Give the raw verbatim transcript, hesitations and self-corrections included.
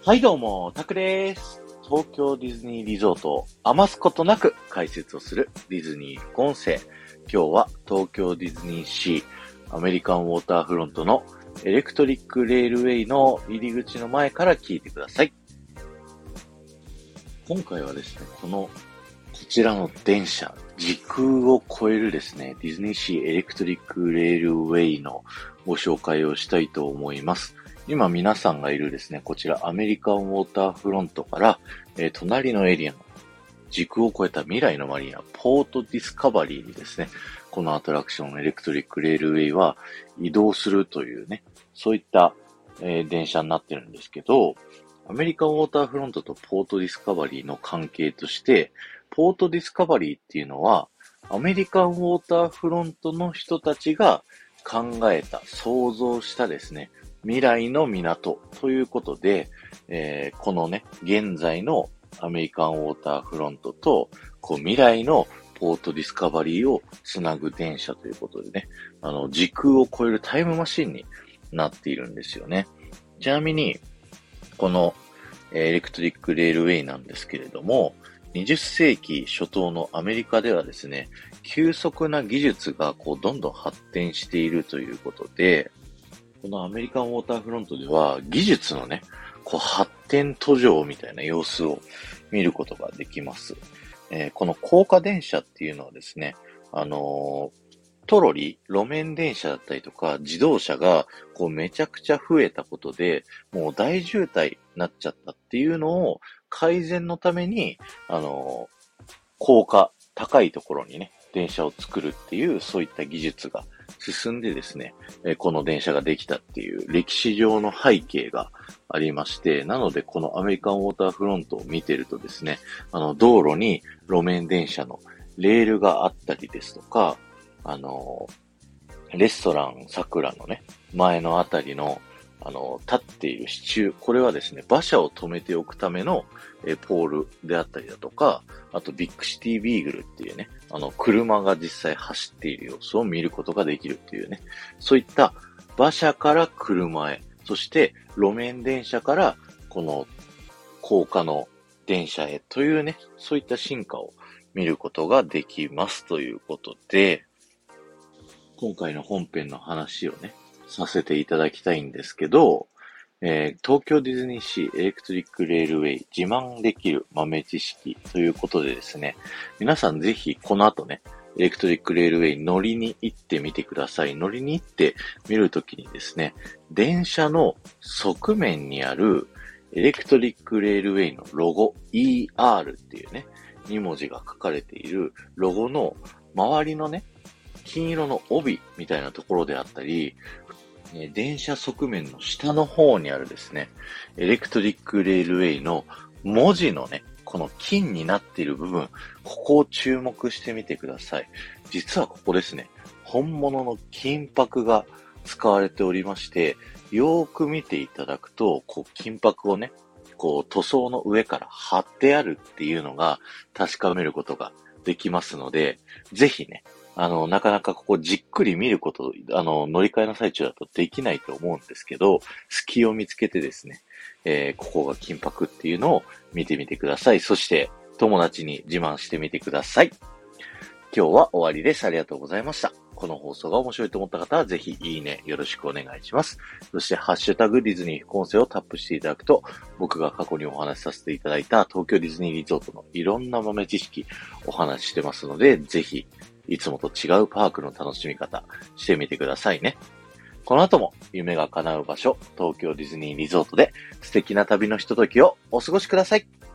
はいどうも、タクです。東京ディズニーリゾートを余すことなく解説をするディズニー副音声。今日は東京ディズニーシーアメリカンウォーターフロントのエレクトリックレールウェイの入り口の前から聞いてください。今回はですね、このこちらの電車、時空を超えるですね、ディズニーシーエレクトリックレールウェイのご紹介をしたいと思います。今皆さんがいるですね、こちらアメリカンウォーターフロントから、えー、隣のエリアの時空を超えた未来のマリア、ポートディスカバリーにですね、このアトラクションエレクトリックレールウェイは移動するというね、そういった、えー、電車になってるんですけど、アメリカンウォーターフロントとポートディスカバリーの関係として、ポートディスカバリーっていうのは、アメリカンウォーターフロントの人たちが考えた、想像したですね、未来の港ということで、えー、このね、現在のアメリカンウォーターフロントと、こう未来のポートディスカバリーをつなぐ電車ということでね、あの、時空を超えるタイムマシンになっているんですよね。ちなみに、このエレクトリックレールウェイなんですけれども、にじゅっせいき初頭のアメリカではですね、急速な技術がこうどんどん発展しているということで、このアメリカンウォーターフロントでは技術のね、こう発展途上みたいな様子を見ることができます。えー、この高架電車っていうのはですね、あのー、トロリ、路面電車だったりとか自動車がこうめちゃくちゃ増えたことで、もう大渋滞になっちゃったっていうのを改善のために、あのー、高架、高いところにね、電車を作るっていう、そういった技術が進んでですね、この電車ができたっていう歴史上の背景がありまして、なのでこのアメリカンウォーターフロントを見てるとですね、あの道路に路面電車のレールがあったりですとか、あの、レストラン桜のね、前のあたりのあの、立っている支柱、これはですね、馬車を止めておくためのえポールであったりだとか、あとビッグシティビーグルっていうね、あの、車が実際走っている様子を見ることができるっていうね、そういった馬車から車へ、そして路面電車からこの高架の電車へというね、そういった進化を見ることができますということで、今回の本編の話をね、させていただきたいんですけど、えー、東京ディズニーシーエレクトリックレールウェイ自慢できる豆知識ということでですね、皆さんぜひこの後ね、エレクトリックレールウェイ乗りに行ってみてください。乗りに行ってみるときにですね、電車の側面にあるエレクトリックレールウェイのロゴ イーアール っていうね、に文字が書かれているロゴの周りのね、金色の帯みたいなところであったり、電車側面の下の方にあるですね、エレクトリックレールウェイの文字のね、この金になっている部分、ここを注目してみてください。実はここですね、本物の金箔が使われておりまして、よーく見ていただくと、こう金箔をね、こう塗装の上から貼ってあるっていうのが確かめることができますので、ぜひね、あの、なかなかここじっくり見ること、あの、乗り換えの最中だとできないと思うんですけど、隙を見つけてですね、えー、ここが金箔っていうのを見てみてください。そして、友達に自慢してみてください。今日は終わりです。ありがとうございました。この放送が面白いと思った方は、ぜひいいね、よろしくお願いします。そして、ハッシュタグディズニー副音声をタップしていただくと、僕が過去にお話しさせていただいた東京ディズニーリゾートのいろんな豆知識お話ししてますので、ぜひ、いつもと違うパークの楽しみ方してみてくださいね。この後も夢が叶う場所、東京ディズニーリゾートで素敵な旅のひとときをお過ごしください。